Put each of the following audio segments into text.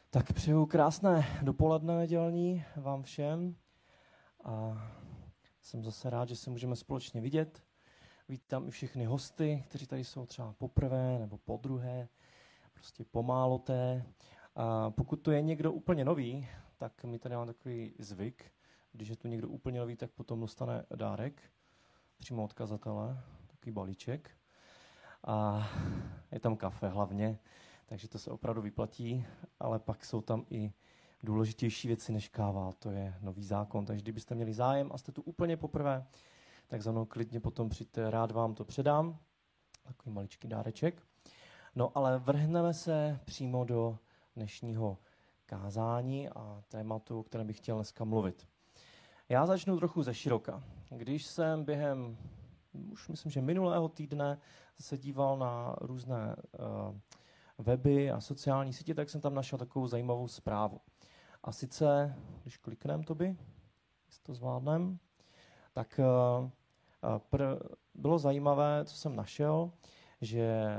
Tak přeju krásné dopoledne nedělní vám všem a jsem zase rád, že se můžeme společně vidět. Vítám i všechny hosty, kteří tady jsou třeba poprvé nebo podruhé, prostě pomáloté. A pokud to je někdo úplně nový, tak my tady máme takový zvyk, když je tu někdo úplně nový, tak potom dostane dárek přímo od kazatele, takový balíček. A je tam kafe hlavně, takže to se opravdu vyplatí, ale pak jsou tam i důležitější věci než káva, to je nový zákon. Takže kdybyste měli zájem a jste tu úplně poprvé, tak za mnou klidně potom přijďte, rád vám to předám. Takový maličký dáreček. No ale vrhneme se přímo do dnešního kázání a tématu, o kterém bych chtěl dneska mluvit. Já začnu trochu ze široka. Když jsem během, už myslím, že minulého týdne se díval na různé weby a sociální sítě, tak jsem tam našel takovou zajímavou zprávu. A sice, když klikneme Toby, jestli to zvládnem, tak bylo zajímavé, co jsem našel, že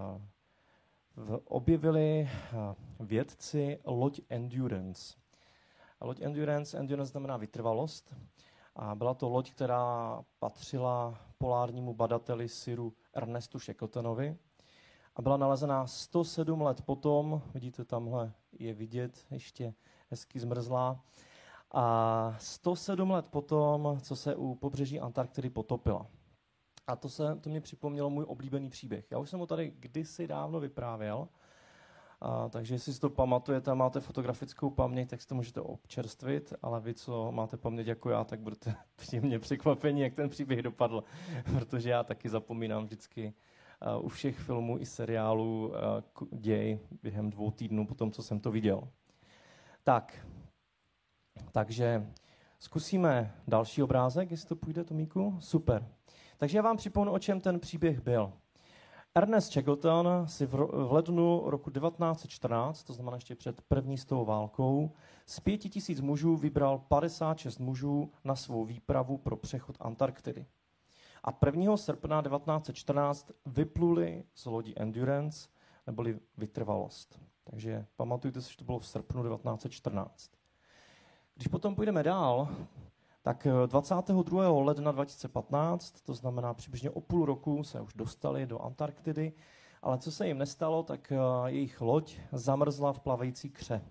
objevili vědci loď Endurance. Loď Endurance znamená vytrvalost. A byla to loď, která patřila polárnímu badateli Siru Ernestu Shackletonovi. A byla nalezená 107 let potom, vidíte, tamhle je vidět, ještě hezky zmrzlá. A 107 let potom, co se u pobřeží Antarktidy potopila. A to mě připomnělo můj oblíbený příběh. Já už jsem ho tady kdysi dávno vyprávěl, takže jestli si to pamatujete a máte fotografickou paměť, tak si to můžete občerstvit, ale vy, co máte paměť jako já, tak budete příjemně překvapení, jak ten příběh dopadl, protože já taky zapomínám vždycky u všech filmů i seriálů děj během 2 týdnů po tom, co jsem to viděl. Takže zkusíme další obrázek, jestli to půjde, Tomíku. Super. Takže já vám připomenu, o čem ten příběh byl. Ernest Shackleton si v lednu roku 1914, to znamená ještě před první světovou válkou, z 5000 mužů vybral 56 mužů na svou výpravu pro přechod Antarktidy. A 1. srpna 1914 vypluli z lodi Endurance, neboli vytrvalost. Takže pamatujte si, že to bylo v srpnu 1914. Když potom půjdeme dál, tak 22. ledna 2015, to znamená přibližně o půl roku, se už dostali do Antarktidy, ale co se jim nestalo, tak jejich loď zamrzla v plavající kře.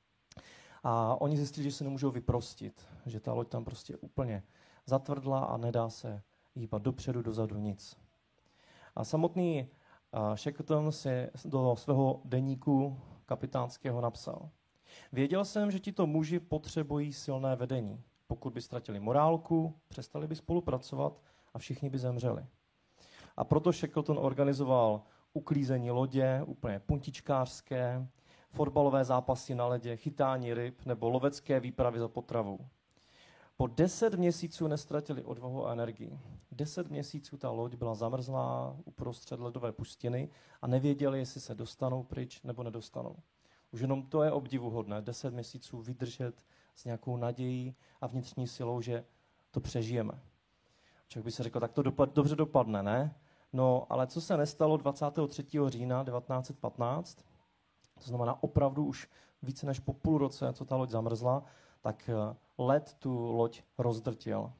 A oni zjistili, že se nemůžou vyprostit, že ta loď tam prostě úplně zatvrdla a nedá se hýbat dopředu, dozadu, nic. A samotný Shackleton si do svého deníku kapitánského napsal: Věděl jsem, že tito muži potřebují silné vedení. Pokud by ztratili morálku, přestali by spolupracovat a všichni by zemřeli. A proto Shackleton organizoval uklízení lodě, úplně puntičkářské, fotbalové zápasy na ledě, chytání ryb nebo lovecké výpravy za potravou. Po 10 měsíců nestratili odvahu a energii. 10 měsíců ta loď byla zamrzlá uprostřed ledové pustiny a nevěděli, jestli se dostanou pryč nebo nedostanou. Už jenom to je obdivuhodné, 10 měsíců vydržet s nějakou nadějí a vnitřní silou, že to přežijeme. Člověk by se řekl, tak to dobře dopadne, ne? No, ale co se nestalo 23. října 1915, to znamená opravdu už více než po půl roce, co ta loď zamrzla, tak led tu loď rozdrtil.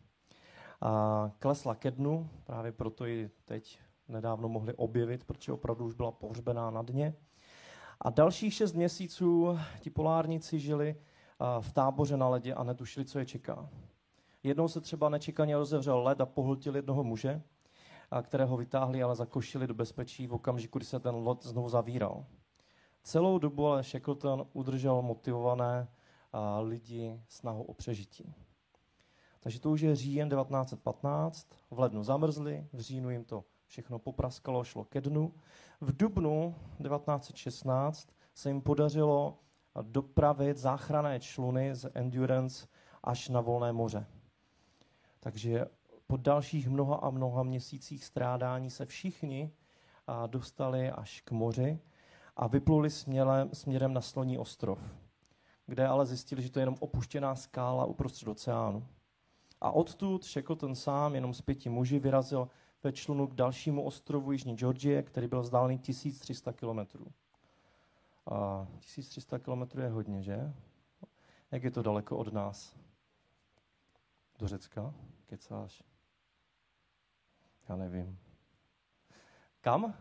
A klesla ke dnu, právě proto ji teď nedávno mohli objevit, protože opravdu už byla pohřbená na dně. A dalších 6 měsíců ti polárníci žili v táboře na ledě a netušili, co je čeká. Jednou se třeba nečekaně rozevřel led a pohltil jednoho muže, kterého vytáhli, ale zakošili do bezpečí v okamžiku, kdy se ten led znovu zavíral. Celou dobu ale Shackleton udržel motivované lidi snahou o přežití. Takže to už je říjen 1915, v lednu zamrzli, v říjnu jim to všechno popraskalo, šlo ke dnu. V dubnu 1916 se jim podařilo dopravit záchranné čluny z Endurance až na volné moře. Takže po dalších mnoha a mnoha měsících strádání se všichni dostali až k moři a vypluli směrem na Sloní ostrov, kde ale zjistili, že to je jenom opuštěná skála uprostřed oceánu. A odtud Shackleton sám jenom s 5 muži vyrazil ve člunu k dalšímu ostrovu Jižní Georgie, který byl vzdálený 1300 kilometrů. A 1300 kilometrů je hodně, že? Jak je to daleko od nás? Do Řecka? Kecáš? Já nevím. Kam?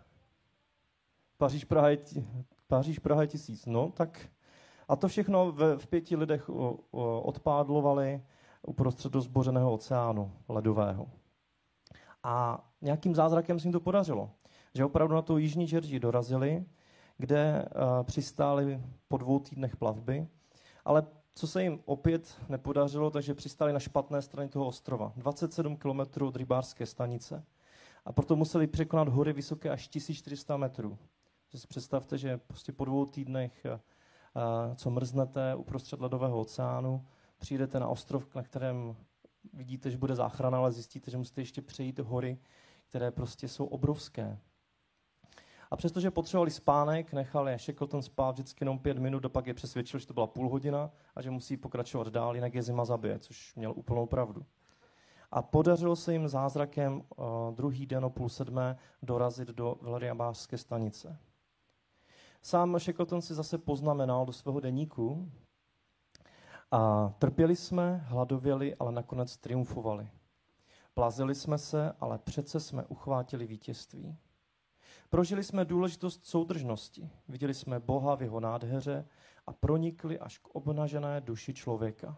Paříž, Praha je 1000. No, tak. A to všechno v 5 lidech odpádlovali uprostřed rozbořeného oceánu ledového. A nějakým zázrakem se jim to podařilo. Že opravdu na tu jižní Džerži dorazili, kde přistáli po 2 týdnech plavby, ale co se jim opět nepodařilo, takže přistáli na špatné straně toho ostrova. 27 kilometrů od rybářské stanice. A proto museli překonat hory vysoké až 1400 metrů. Že si představte, že prostě po 2 týdnech, co mrznete uprostřed ledového oceánu, přijdete na ostrov, na kterém vidíte, že bude záchrana, ale zjistíte, že musíte ještě přejít hory, které prostě jsou obrovské. A přestože potřebovali spánek, nechali je Shackleton spát vždycky jenom 5 minut, a pak je přesvědčil, že to byla půl hodina a že musí pokračovat dál, jinak je zima zabije, což měl úplnou pravdu. A podařilo se jim zázrakem druhý den o 6:30 dorazit do velrybářské stanice. Sám Shackleton si zase poznamenal do svého deníku: a trpěli jsme, hladověli, ale nakonec triumfovali. Plazili jsme se, ale přece jsme uchvátili vítězství. Prožili jsme důležitost soudržnosti, viděli jsme Boha v jeho nádheře a pronikli až k obnažené duši člověka.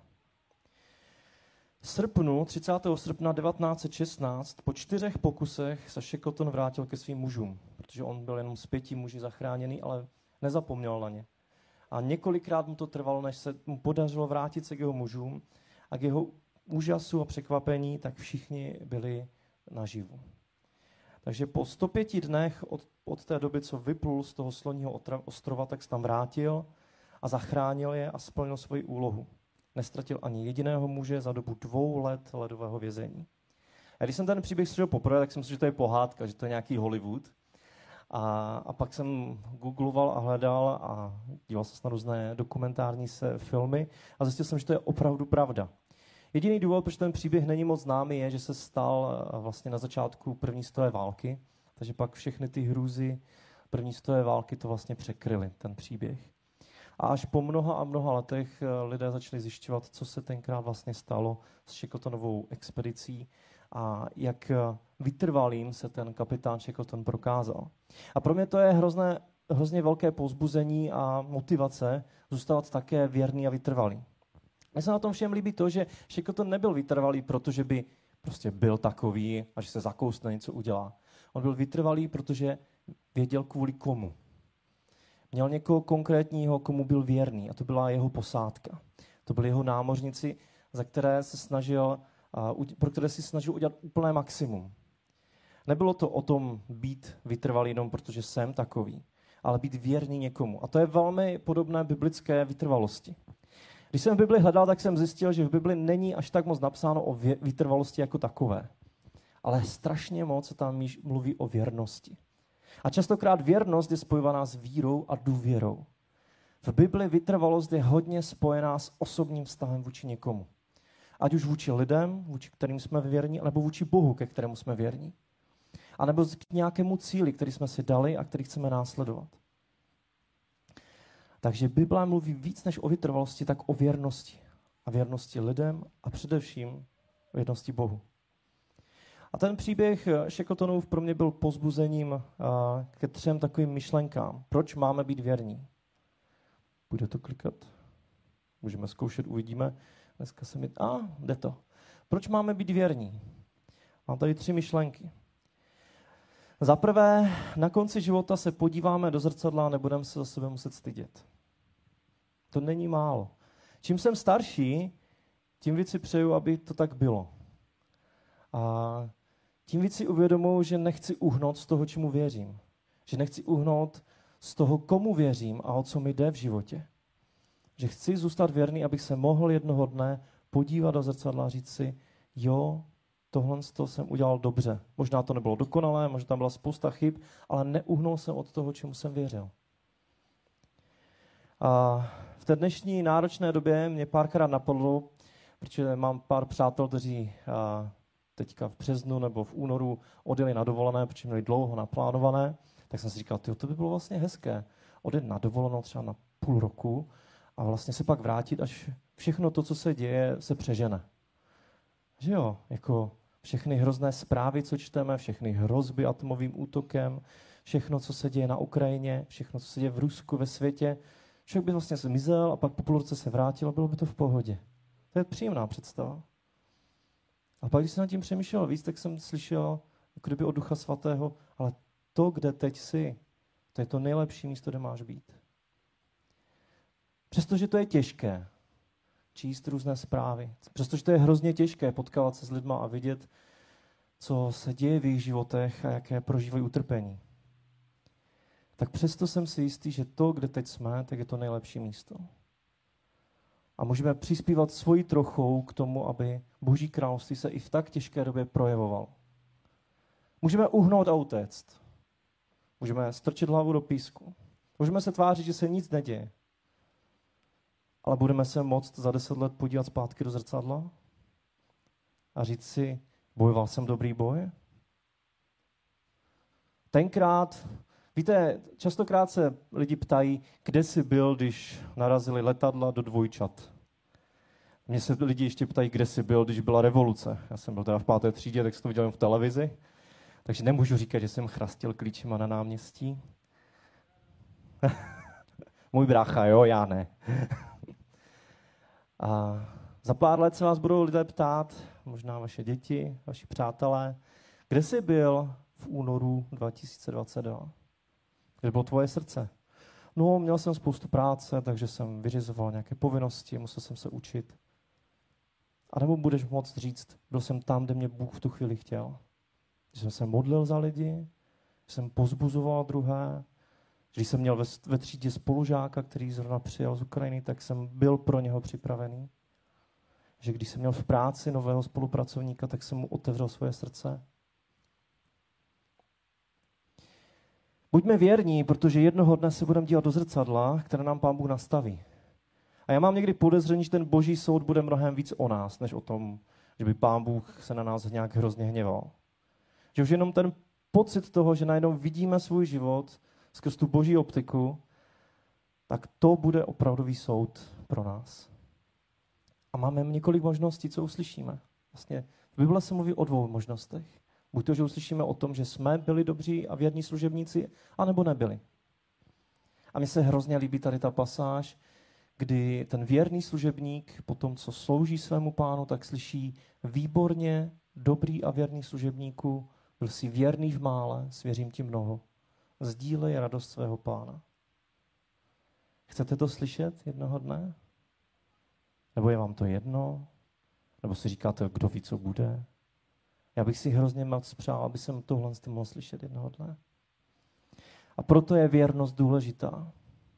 V srpnu, 30. srpna 1916, po 4 pokusech se Shackleton vrátil ke svým mužům, protože on byl jenom z 5 muži zachráněný, ale nezapomněl na ně. A několikrát mu to trvalo, než se mu podařilo vrátit se k jeho mužům, a k jeho úžasu a překvapení tak všichni byli naživu. Takže po 105 dnech od té doby, co vyplul z toho sloního ostrova, tak se tam vrátil a zachránil je a splnil svoji úlohu. Nestratil ani jediného muže za dobu 2 let ledového vězení. A když jsem ten příběh slyšel poprvé, tak jsem myslel, že to je pohádka, že to je nějaký Hollywood. A pak jsem googloval a hledal a díval se na různé dokumentární filmy a zjistil jsem, že to je opravdu pravda. Jediný důvod, proč ten příběh není moc známý, je, že se stal vlastně na začátku první světové války, takže pak všechny ty hrůzy první světové války to vlastně překryly, ten příběh. A až po mnoha a mnoha letech lidé začali zjišťovat, co se tenkrát vlastně stalo s Shackletonovou expedicí a jak vytrvalým se ten kapitán Shackleton prokázal. A pro mě to je hrozně velké povzbuzení a motivace zůstávat také věrný a vytrvalý. Mně se na tom všem líbí to, že Shackleton nebyl vytrvalý, protože by prostě byl takový a že se zakousne, něco udělá. On byl vytrvalý, protože věděl kvůli komu. Měl někoho konkrétního, komu byl věrný, a to byla jeho posádka. To byli jeho námořníci, pro které si snažil udělat úplné maximum. Nebylo to o tom být vytrvalý jenom protože jsem takový, ale být věrný někomu. A to je velmi podobné biblické vytrvalosti. Když jsem v Bibli hledal, tak jsem zjistil, že v Bibli není až tak moc napsáno o vytrvalosti jako takové. Ale strašně moc se tam mluví o věrnosti. A častokrát věrnost je spojovaná s vírou a důvěrou. V Bibli vytrvalost je hodně spojená s osobním vztahem vůči někomu. Ať už vůči lidem, vůči kterým jsme věrní, nebo vůči Bohu, ke kterému jsme věrní. A nebo k nějakému cíli, který jsme si dali a který chceme následovat. Takže Bible mluví víc než o vytrvalosti, tak o věrnosti. A věrnosti lidem a především věrnosti Bohu. A ten příběh Shackletonův pro mě byl povzbuzením ke 3 takovým myšlenkám. Proč máme být věrní? Bude to klikat? Můžeme zkoušet, uvidíme. Dneska se mi... jde to. Proč máme být věrní? Mám tady 3 myšlenky. Za prvé, na konci života se podíváme do zrcadla a nebudeme se za sebe muset stydět. To není málo. Čím jsem starší, tím víc si přeju, aby to tak bylo. A tím víc si uvědomuji, že nechci uhnout z toho, čemu věřím. Že nechci uhnout z toho, komu věřím a o co mi jde v životě. Že chci zůstat věrný, abych se mohl jednoho dne podívat do zrcadla a říct si, jo, tohle jsem udělal dobře. Možná to nebylo dokonalé, možná tam byla spousta chyb, ale neuhnul jsem od toho, čemu jsem věřil. A v té dnešní náročné době mě párkrát napadlo, protože mám pár přátel, kteří teďka v březnu nebo v únoru odjeli na dovolené, protože měli dlouho naplánované, tak jsem si říkal, to by bylo vlastně hezké. odjet na dovolenou třeba na půl roku a vlastně se pak vrátit, až všechno to, co se děje, se přežene. Že jo, jako všechny hrozné zprávy, co čteme, všechny hrozby atomovým útokem, všechno, co se děje na Ukrajině, všechno, co se děje v Rusku, ve světě, člověk by vlastně zmizel a pak po půl roce se vrátil a bylo by to v pohodě. To je příjemná představa. A pak, když jsem nad tím přemýšlel víc, tak jsem slyšel, jako kdyby od Ducha Svatého, ale to, kde teď jsi, to je to nejlepší místo, kde máš být. Přestože to je těžké, číst různé zprávy, přestože to je hrozně těžké potkávat se s lidma a vidět, co se děje v jejich životech a jaké prožívají utrpení, tak přesto jsem si jistý, že to, kde teď jsme, tak je to nejlepší místo. A můžeme přispívat svojí trochou k tomu, aby Boží království se i v tak těžké době projevoval. Můžeme uhnout a utéct. Můžeme strčit hlavu do písku. Můžeme se tvářit, že se nic neděje. Ale budeme se moct za 10 let podívat zpátky do zrcadla a říct si, bojoval jsem dobrý boj? Tenkrát, víte, častokrát se lidi ptají, kde jsi byl, když narazili letadla do dvojčat. Mně se lidi ještě ptají, kde jsi byl, když byla revoluce. Já jsem byl teda v 5. třídě, tak jsem to viděl jen v televizi. Takže nemůžu říkat, že jsem chrastil klíčima na náměstí. Můj brácha, jo, já ne. A za pár let se vás budou lidé ptát, možná vaše děti, vaši přátelé, kde jsi byl v únoru 2022? Kde bylo tvoje srdce? No, měl jsem spoustu práce, takže jsem vyřizoval nějaké povinnosti, musel jsem se učit. A nebo budeš moct říct, byl jsem tam, kde mě Bůh v tu chvíli chtěl. Že jsem se modlil za lidi, že jsem pozbuzoval druhé, že když jsem měl ve třídě spolužáka, který zrovna přijel z Ukrajiny, tak jsem byl pro něho připravený. Že když jsem měl v práci nového spolupracovníka, tak jsem mu otevřel svoje srdce. Buďme věrní, protože jednoho dne se budeme dívat do zrcadla, které nám Pán Bůh nastaví. A já mám někdy podezření, že ten Boží soud bude mnohem víc o nás, než o tom, že by Pán Bůh se na nás nějak hrozně hněval. Že už jenom ten pocit toho, že najednou vidíme svůj život skrz tu Boží optiku, tak to bude opravdový soud pro nás. A máme několik možností, co uslyšíme. Vlastně v Bible se mluví o 2 možnostech. Buď to, že uslyšíme o tom, že jsme byli dobří a věrní služebníci, anebo nebyli. A mně se hrozně líbí tady ta pasáž, kdy ten věrný služebník po tom, co slouží svému Pánu, tak slyší výborně, dobrý a věrný služebníku, byl jsi věrný v mále, svěřím ti mnoho. Sdílej radost svého Pána. Chcete to slyšet jednoho dne? Nebo je vám to jedno? Nebo si říkáte, kdo ví, co bude? Já bych si hrozně moc přál, aby jsem tohle mohl slyšet jednoho dne. A proto je věrnost důležitá.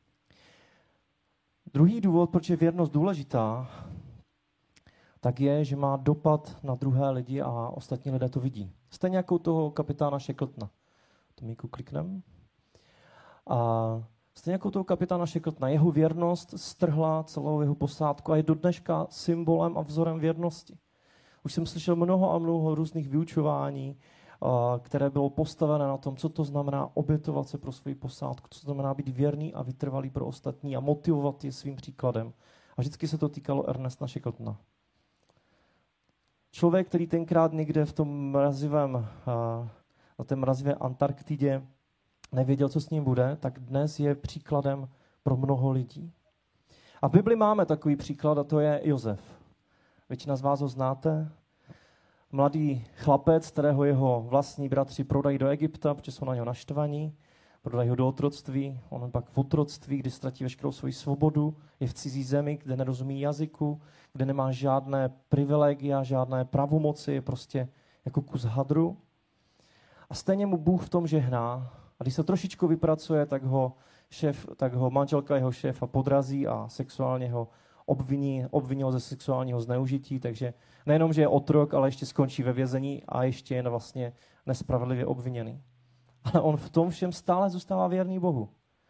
Druhý důvod, proč je věrnost důležitá, tak je, že má dopad na druhé lidi a ostatní lidé to vidí. Stejně jako toho kapitána Shackletona. To Míku kliknem. A stejně jako toho kapitána Shackletona, jeho věrnost strhla celou jeho posádku a je do dneška symbolem a vzorem věrnosti. Už jsem slyšel mnoho a mnoho různých vyučování, které bylo postavené na tom, co to znamená obětovat se pro svou posádku, co to znamená být věrný a vytrvalý pro ostatní a motivovat je svým příkladem. A vždycky se to týkalo Ernesta Shackletona. Člověk, který tenkrát někde v tom na té mrazivé Antarktidě nevěděl, co s ním bude, tak dnes je příkladem pro mnoho lidí. A v Bibli máme takový příklad a to je Josef. Většina z vás ho znáte. Mladý chlapec, kterého jeho vlastní bratři prodají do Egypta, protože jsou na něho naštvaní, prodají ho do otroctví, on pak v otroctví, kdy ztratí veškerou svoji svobodu, je v cizí zemi, kde nerozumí jazyku, kde nemá žádné privilegia, žádné pravomoci, je prostě jako kus hadru. A stejně mu Bůh v tom žehná. A když se trošičku vypracuje, tak ho manželka jeho šéfa podrazí a sexuálně ho obviní ho ze sexuálního zneužití, takže nejenom, že je otrok, ale ještě skončí ve vězení a ještě je vlastně nespravedlivě obviněný. Ale on v tom všem stále zůstává věrný Bohu.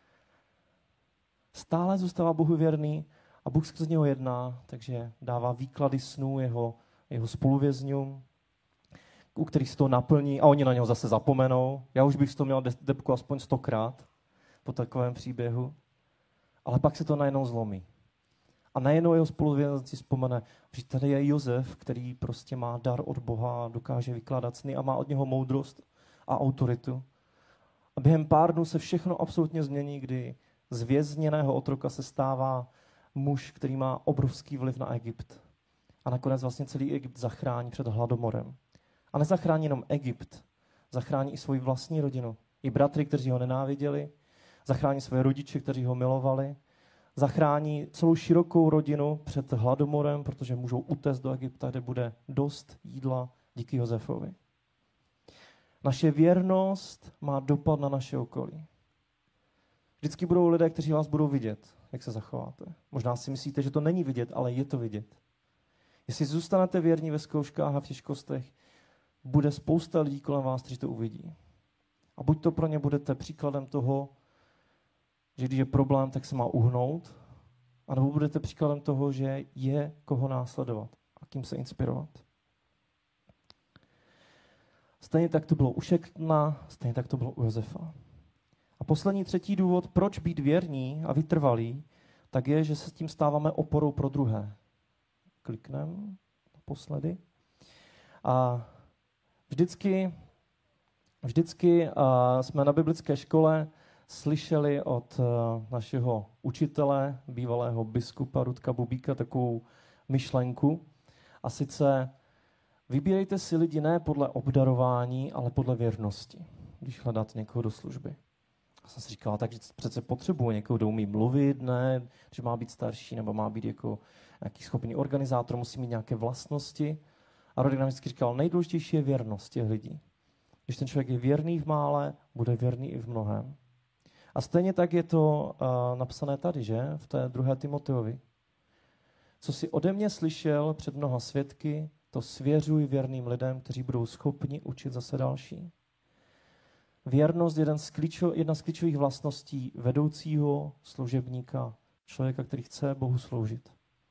Stále zůstává Bohu věrný a Bůh skrz něho jedná, takže dává výklady snů jeho spoluvězňům, u kterých se to naplní a oni na něho zase zapomenou. Já už bych si to měl depku aspoň 100krát. po takovém příběhu. Ale pak se to najednou zlomí. A najednou jeho spoluvězenec si vzpomene, že tady je Josef, který prostě má dar od Boha, dokáže vykládat sny a má od něho moudrost a autoritu. A během pár dnů se všechno absolutně změní, kdy z vězněného otroka se stává muž, který má obrovský vliv na Egypt. A nakonec vlastně celý Egypt zachrání před hladomorem. A nezachrání jenom Egypt, zachrání i svoji vlastní rodinu. I bratry, kteří ho nenáviděli, zachrání svoje rodiče, kteří ho milovali, zachrání celou širokou rodinu před hladomorem, protože můžou utéct do Egypta, kde bude dost jídla díky Josefovi. Naše věrnost má dopad na naše okolí. Vždycky budou lidé, kteří vás budou vidět, jak se zachováte. Možná si myslíte, že to není vidět, ale je to vidět. Jestli zůstanete věrní ve zkouškách a v těžkostech, bude spousta lidí kolem vás, kteří to uvidí. A buď to pro ně budete příkladem toho, že když je problém, tak se má uhnout, anebo budete příkladem toho, že je koho následovat a kým se inspirovat. Stejně tak to bylo u Šektna, stejně tak to bylo u Josefa. A poslední třetí důvod, proč být věrní a vytrvalí, tak je, že se s tím stáváme oporou pro druhé. Kliknem naposledy. A vždycky jsme na biblické škole slyšeli od našeho učitele, bývalého biskupa Rudka Bubíka, takovou myšlenku. A sice vybírejte si lidi ne podle obdarování, ale podle věrnosti, když hledáte někoho do služby. Já jsem si říkal, tak přece potřebuji někoho, kdo umí mluvit, ne, že má být starší, nebo má být jako nějaký schopný organizátor, musí mít nějaké vlastnosti. A Rodek nám vždycky říkal, nejdůležitější je věrnost těch lidí. Když ten člověk je věrný v mále, bude věrný i v mnohém. A stejně tak je to napsané tady, že? V té 2. Timoteovi. Co jsi ode mě slyšel před mnoha svědky, to svěřuj věrným lidem, kteří budou schopni učit zase další. Věrnost je jedna z klíčových vlastností vedoucího služebníka, člověka, který chce Bohu sloužit.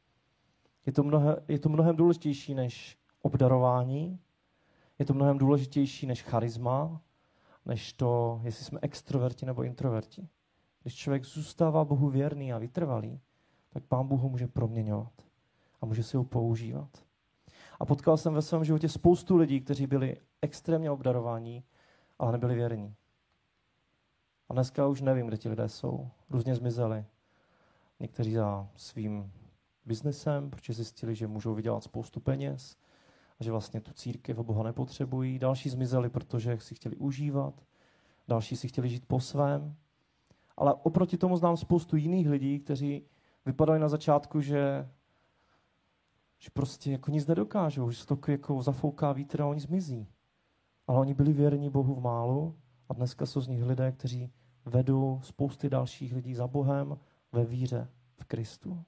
Je to mnohem důležitější než obdarování, je to mnohem důležitější než charisma, než to, jestli jsme extroverti nebo introverti. Když člověk zůstává Bohu věrný a vytrvalý, tak Pán Bůh ho může proměňovat a může si ho používat. A potkal jsem ve svém životě spoustu lidí, kteří byli extrémně obdarovaní, ale nebyli věrní. A dneska už nevím, kde ti lidé jsou. Různě zmizeli. Někteří za svým biznesem, protože zjistili, že můžou vydělat spoustu peněz a že vlastně tu církev a Boha nepotřebují. Další zmizeli, protože si chtěli užívat. Další si chtěli žít po svém. Ale oproti tomu znám spoustu jiných lidí, kteří vypadali na začátku, že prostě jako nic nedokážou, že se to jako zafouká vítr a oni zmizí. Ale oni byli věrní Bohu v málu a dneska jsou z nich lidé, kteří vedou spousty dalších lidí za Bohem ve víře v Kristu.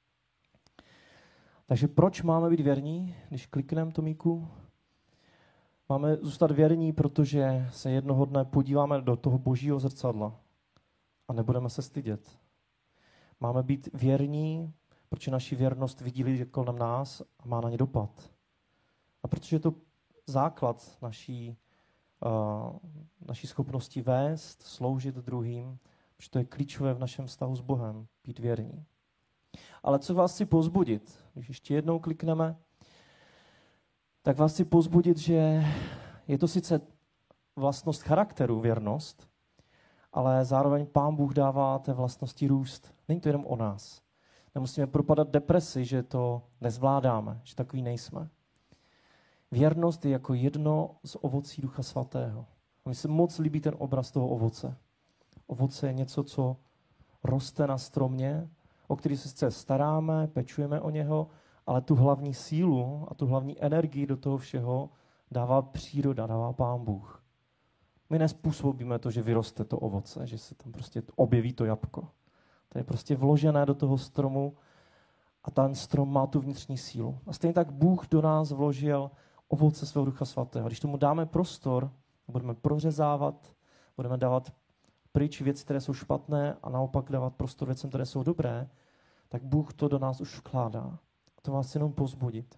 Takže proč máme být věrní, když klikneme, Tomíku? Máme zůstat věrní, protože se jednoho dne podíváme do toho božího zrcadla a nebudeme se stydět. Máme být věrní, protože naši věrnost vidí lidi kolem nás a má na ně dopad. A protože je to základ naší schopnosti vést, sloužit druhým, protože to je klíčové v našem vztahu s Bohem, být věrní. Ale co vás chci povzbudit, když ještě jednou klikneme, tak vás chci povzbudit, že je to sice vlastnost charakteru, věrnost, ale zároveň Pán Bůh dává té vlastnosti růst. Není to jenom o nás. Nemusíme propadat depresi, že to nezvládáme, že takový nejsme. Věrnost je jako jedno z ovocí Ducha Svatého. A mně se moc líbí ten obraz toho ovoce. Ovoce je něco, co roste na stromě, o který se sice staráme, pečujeme o něho, ale tu hlavní sílu a tu hlavní energii do toho všeho dává příroda, dává Pán Bůh. My nezpůsobíme to, že vyroste to ovoce, že se tam prostě objeví to jabko. To je prostě vložené do toho stromu a ten strom má tu vnitřní sílu. A stejně tak Bůh do nás vložil ovoce svého Ducha Svatého. Když tomu dáme prostor, budeme prořezávat, budeme dávat pryč věci, které jsou špatné a naopak dávat prostor věcem, které jsou dobré, tak Bůh to do nás už vkládá. A to vás jenom povzbudit.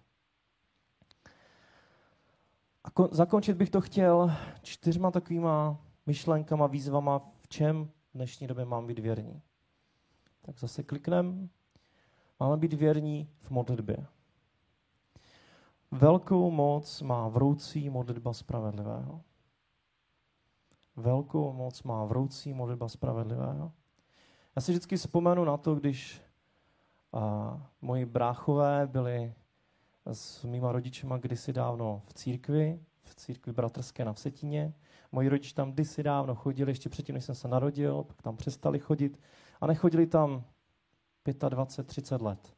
A zakončit bych to chtěl 4 takovýma myšlenkama, výzvama, v čem dnešní době mám být věrní? Tak zase klikneme. Máme být věrní v modlitbě. Velkou moc má vroucí modlitba spravedlivého. Velkou moc má vroucí modlitba spravedlivého. Já si vždycky vzpomenu na to, když moji bráchové byli s mýma rodičema kdysi dávno v církvi bratrské na Vsetíně. Moji rodiče tam kdysi dávno chodili, ještě předtím, než jsem se narodil, pak tam přestali chodit a nechodili tam 25, 30 let.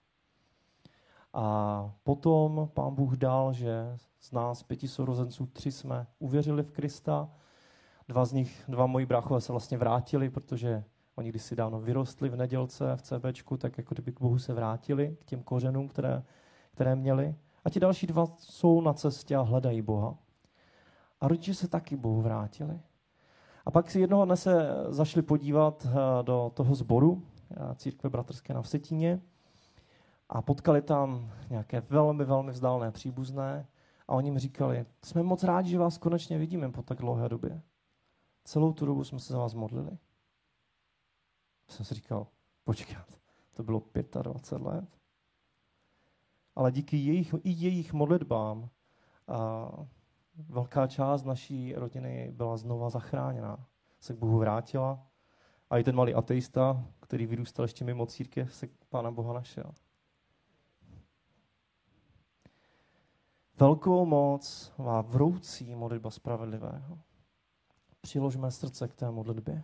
A potom Pán Bůh dal, že z nás 5 sourozenců 3 jsme uvěřili v Krista. 2 moji bráchové se vlastně vrátili, protože oni kdysi dávno vyrostli v nedělce, v CBčku, tak jako kdyby k Bohu se vrátili, k těm kořenům, které měli. A ti další 2 jsou na cestě a hledají Boha. A rodiče se taky Bohu vrátili. A pak si jednoho dne se zašli podívat do toho sboru církve bratrské na Vsetíně a potkali tam nějaké velmi, velmi vzdálené příbuzné a oni mi říkali, jsme moc rádi, že vás konečně vidíme po tak dlouhé době. Celou tu dobu jsme se za vás modlili. Jsem si říkal, počkat, to bylo 25 let. Ale díky jejich modlitbám velká část naší rodiny byla znova zachráněná. Se k Bohu vrátila a i ten malý ateista, který vyrůstal ještě mimo církev, se Pána Boha našel. Velkou moc má vroucí modlitba spravedlivého. Přiložme srdce k té modlitbě.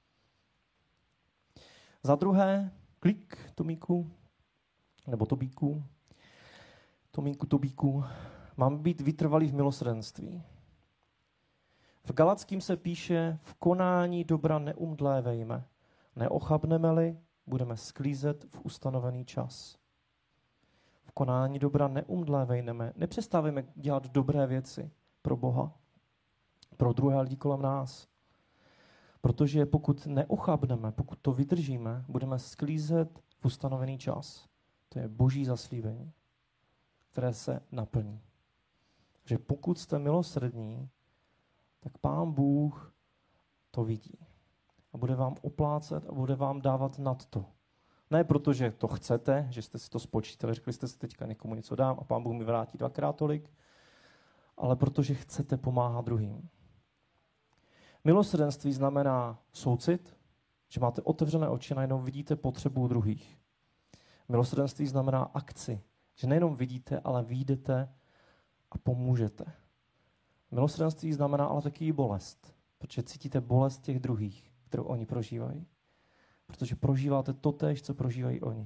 Za druhé, klik, Tomíku, nebo Tobíku. Tobíku, máme být vytrvalí v milosrdenství. V Galackým se píše, v konání dobra neumdlévejme, neochabneme-li, budeme sklízet v ustanovený čas. V konání dobra neumdlévejme, nepřestávejme dělat dobré věci pro Boha, pro druhé lidi kolem nás. Protože pokud neochabneme, pokud to vydržíme, budeme sklízet v ustanovený čas. To je Boží zaslíbení, které se naplní. Že pokud jste milosrdní, tak Pán Bůh to vidí. A bude vám oplácet a bude vám dávat nad to. Ne proto, že to chcete, že jste si to spočítali, řekli jste si teďka někomu něco dám a Pán Bůh mi vrátí 2krát tolik, ale protože chcete pomáhat druhým. Milosrdenství znamená soucit, že máte otevřené oči a najednou vidíte potřebu druhých. Milosrdenství znamená akci, že nejenom vidíte, ale vyjdete a pomůžete. Milosrdenství znamená ale taky i bolest, protože cítíte bolest těch druhých, kterou oni prožívají. Protože prožíváte totéž, co prožívají oni.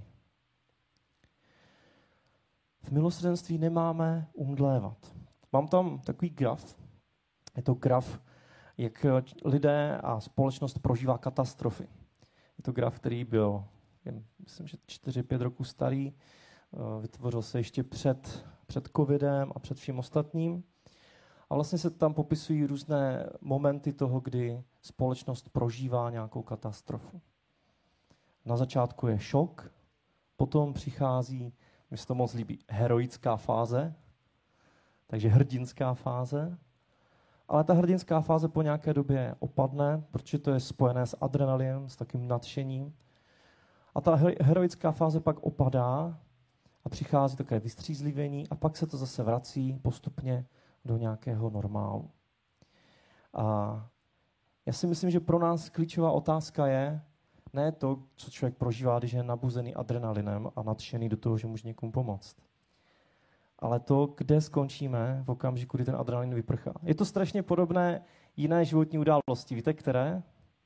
V milosrdenství nemáme umdlévat. Mám tam takový graf. Je to graf, jak lidé a společnost prožívá katastrofy. Je to graf, který byl, myslím, že 4-5 roků starý. Vytvořil se ještě před covidem a před vším ostatním. A vlastně se tam popisují různé momenty toho, kdy společnost prožívá nějakou katastrofu. Na začátku je šok, potom přichází, mi se to moc líbí, heroická fáze, takže hrdinská fáze. Ale ta hrdinská fáze po nějaké době opadne, protože to je spojené s adrenalinem, s takým nadšením. A ta heroická fáze pak opadá a přichází takové vystřízlivění a pak se to zase vrací postupně do nějakého normálu. A já si myslím, že pro nás klíčová otázka je ne to, co člověk prožívá, když je nabuzený adrenalinem a nadšený do toho, že může někomu pomoct. Ale to, kde skončíme v okamžiku, kdy ten adrenalin vyprchá. Je to strašně podobné jiné životní události. Víte, které?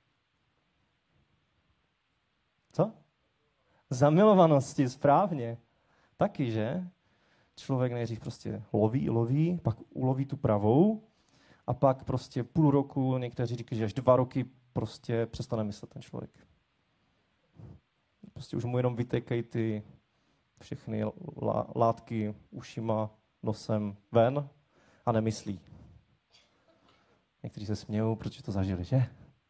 Co? Zamilovanosti, správně. Taky, že? Člověk nejdřív prostě loví, pak uloví tu pravou a pak prostě půl roku, někteří říkají, že až 2 roky prostě přestane myslet ten člověk. Prostě už mu jenom vytékají ty všechny látky ušima, nosem ven a nemyslí. Někteří se smějou, protože to zažili, že?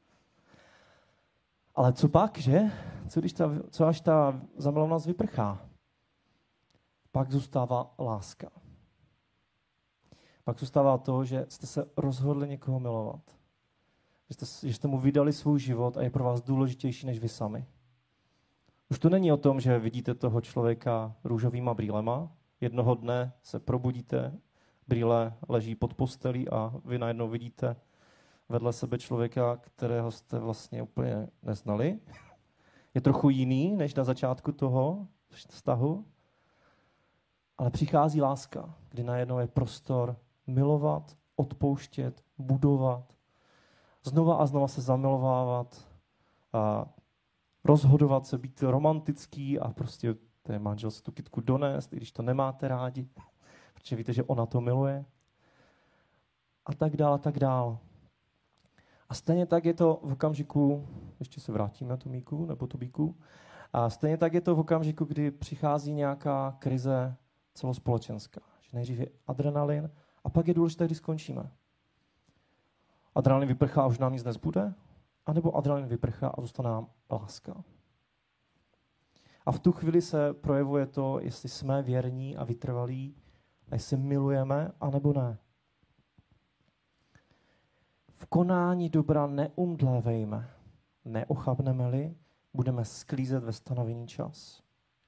Ale co pak, že? Co až ta zamilovanost vyprchá? Pak zůstává láska. Pak zůstává to, že jste se rozhodli někoho milovat. že jste mu vydali svůj život a je pro vás důležitější než vy sami. Už to není o tom, že vidíte toho člověka růžovýma brýlema, jednoho dne se probudíte, brýle leží pod postelí a vy najednou vidíte vedle sebe člověka, kterého jste vlastně úplně neznali. Je trochu jiný, než na začátku toho vztahu, ale přichází láska, kdy najednou je prostor milovat, odpouštět, budovat, znova a znova se zamilovávat a rozhodovat se, být romantický a prostě té manželce tu kytku donést, i když to nemáte rádi, protože víte, že ona to miluje. A tak dál, a tak dál. A stejně tak je to v okamžiku, ještě se vrátíme Tomíku, nebo Tobíku, a stejně tak je to v okamžiku, kdy přichází nějaká krize celospolečenská. Že nejdřív je adrenalin a pak je důležité, kdy skončíme. Adrenalin vyprchá a už nám nic nezbude, anebo adrenalin vyprchá a zůstane nám láska. A v tu chvíli se projevuje to, jestli jsme věrní a vytrvalí, a jestli milujeme, anebo ne. V konání dobra neumdlévejme, neochabneme-li, budeme sklízet ve stanovený čas.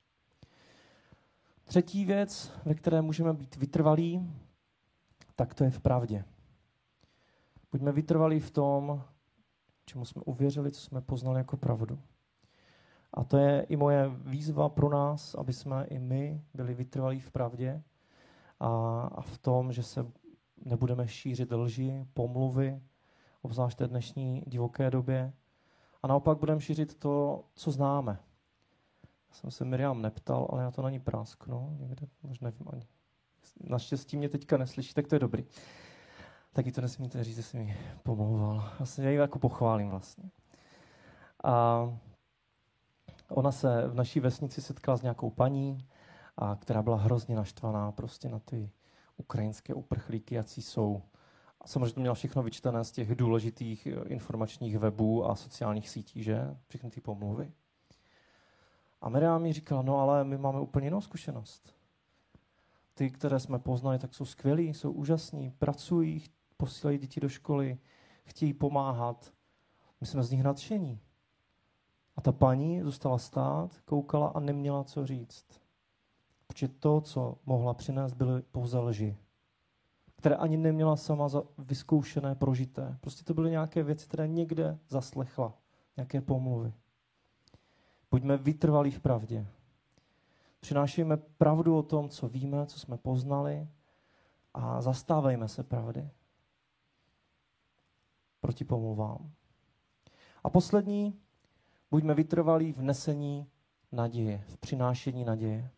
Třetí věc, ve které můžeme být vytrvalí, tak to je v pravdě. Buďme vytrvalí v tom, čemu jsme uvěřili, co jsme poznali jako pravdu. A to je i moje výzva pro nás, aby jsme i my byli vytrvalí v pravdě a v tom, že se nebudeme šířit lži, pomluvy, obzvlášť té dnešní divoké době. A naopak budeme šířit to, co známe. Já jsem se Miriam neptal, ale já to na ní prásknu. Někde, možná nevím ani. Naštěstí mě teďka neslyší, tak to je dobrý. Taky to nesmíte říct, že jsem mi pomlouval. Vlastně já ji jako pochválím vlastně. A ona se v naší vesnici setkala s nějakou paní, která byla hrozně naštvaná prostě na ty ukrajinské uprchlíky, jací jsou. A samozřejmě to měla všechno vyčtené z těch důležitých informačních webů a sociálních sítí, že? Všechny ty pomluvy. A Miriam mi říkala, no ale my máme úplně jinou zkušenost. Ty, které jsme poznali, tak jsou skvělí, jsou úžasní, pracují, posílají děti do školy, chtějí pomáhat. My jsme z nich nadšení. A ta paní zůstala stát, koukala a neměla co říct. Protože to, co mohla přinést, byly pouze lži, které ani neměla sama vyzkoušené, prožité. Prostě to byly nějaké věci, které někde zaslechla, nějaké pomluvy. Buďme vytrvalí v pravdě. Přinášejme pravdu o tom, co víme, co jsme poznali a zastávejme se pravdy proti pomluvám. A poslední, buďme vytrvalí v nesení naděje, v přinášení naděje.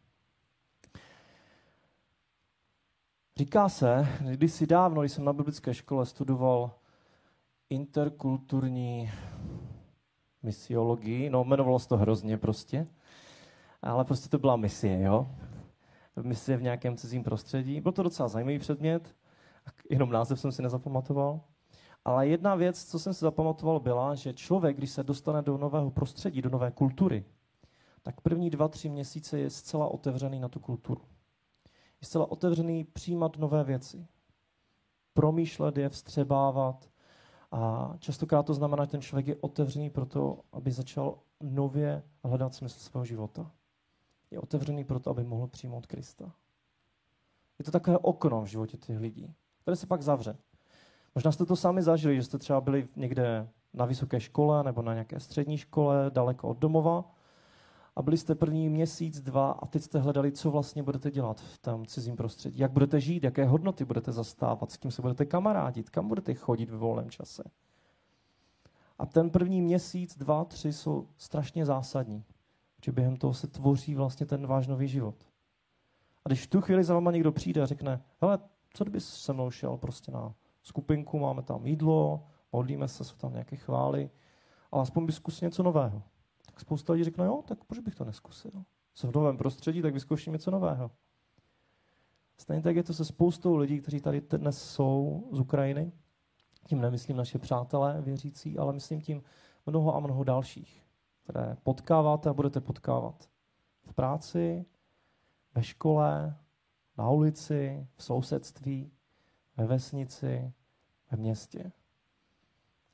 Říká se, kdysi dávno, když jsem na biblické škole studoval interkulturní misiologii, no jmenovalo se to hrozně prostě, ale prostě to byla misie, jo. Misie v nějakém cizím prostředí. Byl to docela zajímavý předmět, jenom název jsem si nezapamatoval. Ale jedna věc, co jsem si zapamatoval, byla, že člověk, když se dostane do nového prostředí, do nové kultury, tak první 2-3 měsíce je zcela otevřený na tu kulturu. Je zcela otevřený přijímat nové věci. Promýšlet je, vstřebávat. A častokrát to znamená, že ten člověk je otevřený pro to, aby začal nově hledat smysl svého života. Je otevřený pro to, aby mohl přijmout Krista. Je to takové okno v životě těch lidí, které se pak zavře. Možná jste to sami zažili, že jste třeba byli někde na vysoké škole nebo na nějaké střední škole, daleko od domova a byli jste první měsíc, 2 a teď jste hledali, co vlastně budete dělat v tom cizím prostředí. Jak budete žít, jaké hodnoty budete zastávat, s kým se budete kamarádit, kam budete chodit ve volném čase. A ten první měsíc, 2, 3 jsou strašně zásadní, protože během toho se tvoří vlastně ten váš nový život. A když v tu chvíli za váma někdo přijde a řekne, hele, co kdyby se mnou šel prostě na skupinku, máme tam jídlo, modlíme se, jsou tam nějaké chvály, ale aspoň by zkusil něco nového. Tak spousta lidí řekne, jo, tak proč bych to neskusil? Jsem v novém prostředí, tak vyzkouším něco nového. Stejně tak je to se spoustou lidí, kteří tady dnes jsou z Ukrajiny. Tím nemyslím naše přátelé věřící, ale myslím tím mnoho a mnoho dalších, které potkáváte a budete potkávat. V práci, ve škole, na ulici, v sousedství, ve vesnici, ve městě.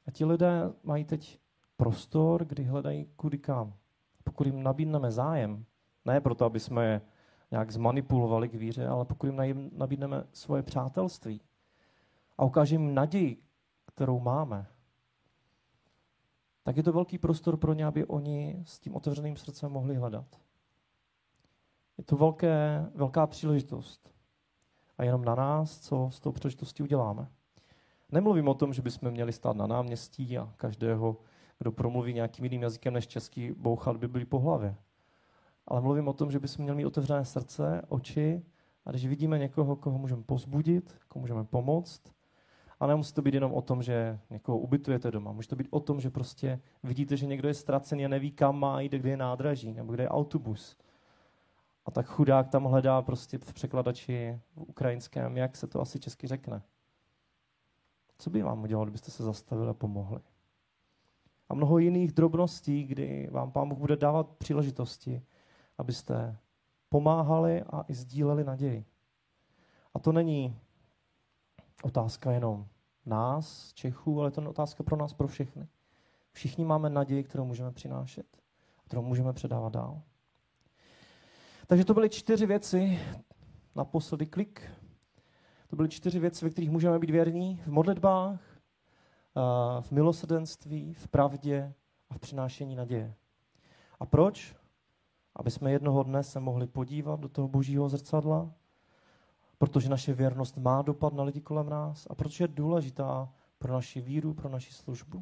A ti lidé mají teď prostor, kdy hledají kudy kam. Pokud jim nabídneme zájem, ne proto, aby jsme je nějak zmanipulovali k víře, ale pokud jim nabídneme svoje přátelství a ukážeme jim naději, kterou máme, tak je to velký prostor pro ně, aby oni s tím otevřeným srdcem mohli hledat. Je to velká příležitost. A jenom na nás, co s tou příležitostí uděláme. Nemluvím o tom, že bychom měli stát na náměstí a každého, kdo promluví nějakým jiným jazykem než český, bouchat Bibli po hlavě. Ale mluvím o tom, že bychom měli mít otevřené srdce, oči a když vidíme někoho, koho můžeme povzbudit, komu můžeme pomoct, a nemusí to být jenom o tom, že někoho ubytujete doma. Může to být o tom, že prostě vidíte, že někdo je ztracený a neví, kam má jít, kde je nádraží nebo kde je autobus. A tak chudák tam hledá prostě v překladači v ukrajinském, jak se to asi česky řekne. Co by vám udělalo, kdybyste se zastavili a pomohli? A mnoho jiných drobností, kdy vám Pán Bůh bude dávat příležitosti, abyste pomáhali a i sdíleli naději. A to není otázka jenom nás, Čechů, ale to je otázka pro nás, pro všechny. Všichni máme naději, kterou můžeme přinášet, kterou můžeme předávat dál. Takže to byly 4 věci, naposledy klik. To byly 4 věci, ve kterých můžeme být věrní v modlitbách, v milosrdenství, v pravdě a v přinášení naděje. A proč? Aby jsme jednoho dne se mohli podívat do toho božího zrcadla, protože naše věrnost má dopad na lidi kolem nás a protože je důležitá pro naši víru, pro naši službu.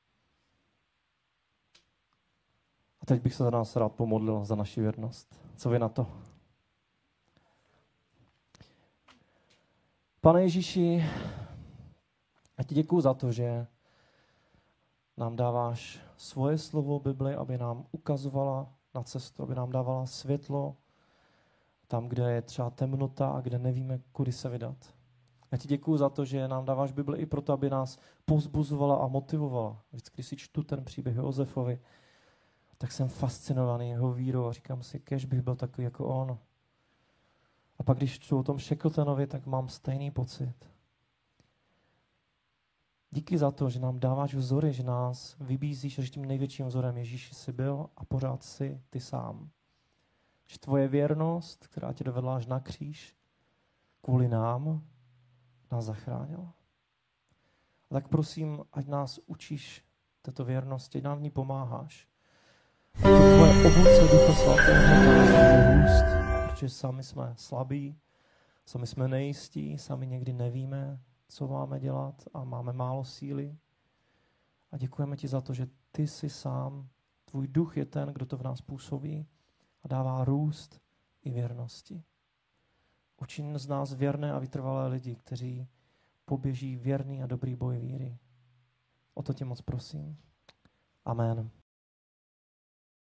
A teď bych se za nás rád pomodlil za naši věrnost. Co vy na to? Pane Ježíši, já ti děkuju za to, že nám dáváš svoje slovo Bibli, aby nám ukazovala na cestu, aby nám dávala světlo tam, kde je třeba temnota a kde nevíme, kudy se vydat. Já ti děkuju za to, že nám dáváš Bibli i proto, aby nás povzbuzovala a motivovala. Vždycky, když si čtu ten příběh o Josefovi, tak jsem fascinovaný jeho vírou a říkám si, kéž bych byl takový jako on. A pak, když čtu o tom Shackletanovi, tak mám stejný pocit. Díky za to, že nám dáváš vzory, že nás vybízíš, že tím největším vzorem Ježíši jsi byl a pořád jsi ty sám. Že tvoje věrnost, která tě dovedla až na kříž, kvůli nám, nás zachránila. A tak prosím, ať nás učíš této věrnosti, ať nám v ní pomáháš. A to tvoje ovoce Ducha Svatého růst, protože sami jsme slabí, sami jsme nejistí, sami někdy nevíme, co máme dělat a máme málo síly. A děkujeme ti za to, že ty jsi sám, tvůj duch je ten, kdo to v nás působí a dává růst i věrnosti. Učiň z nás věrné a vytrvalé lidi, kteří poběží věrný a dobrý boj víry. O to tě moc prosím. Amen.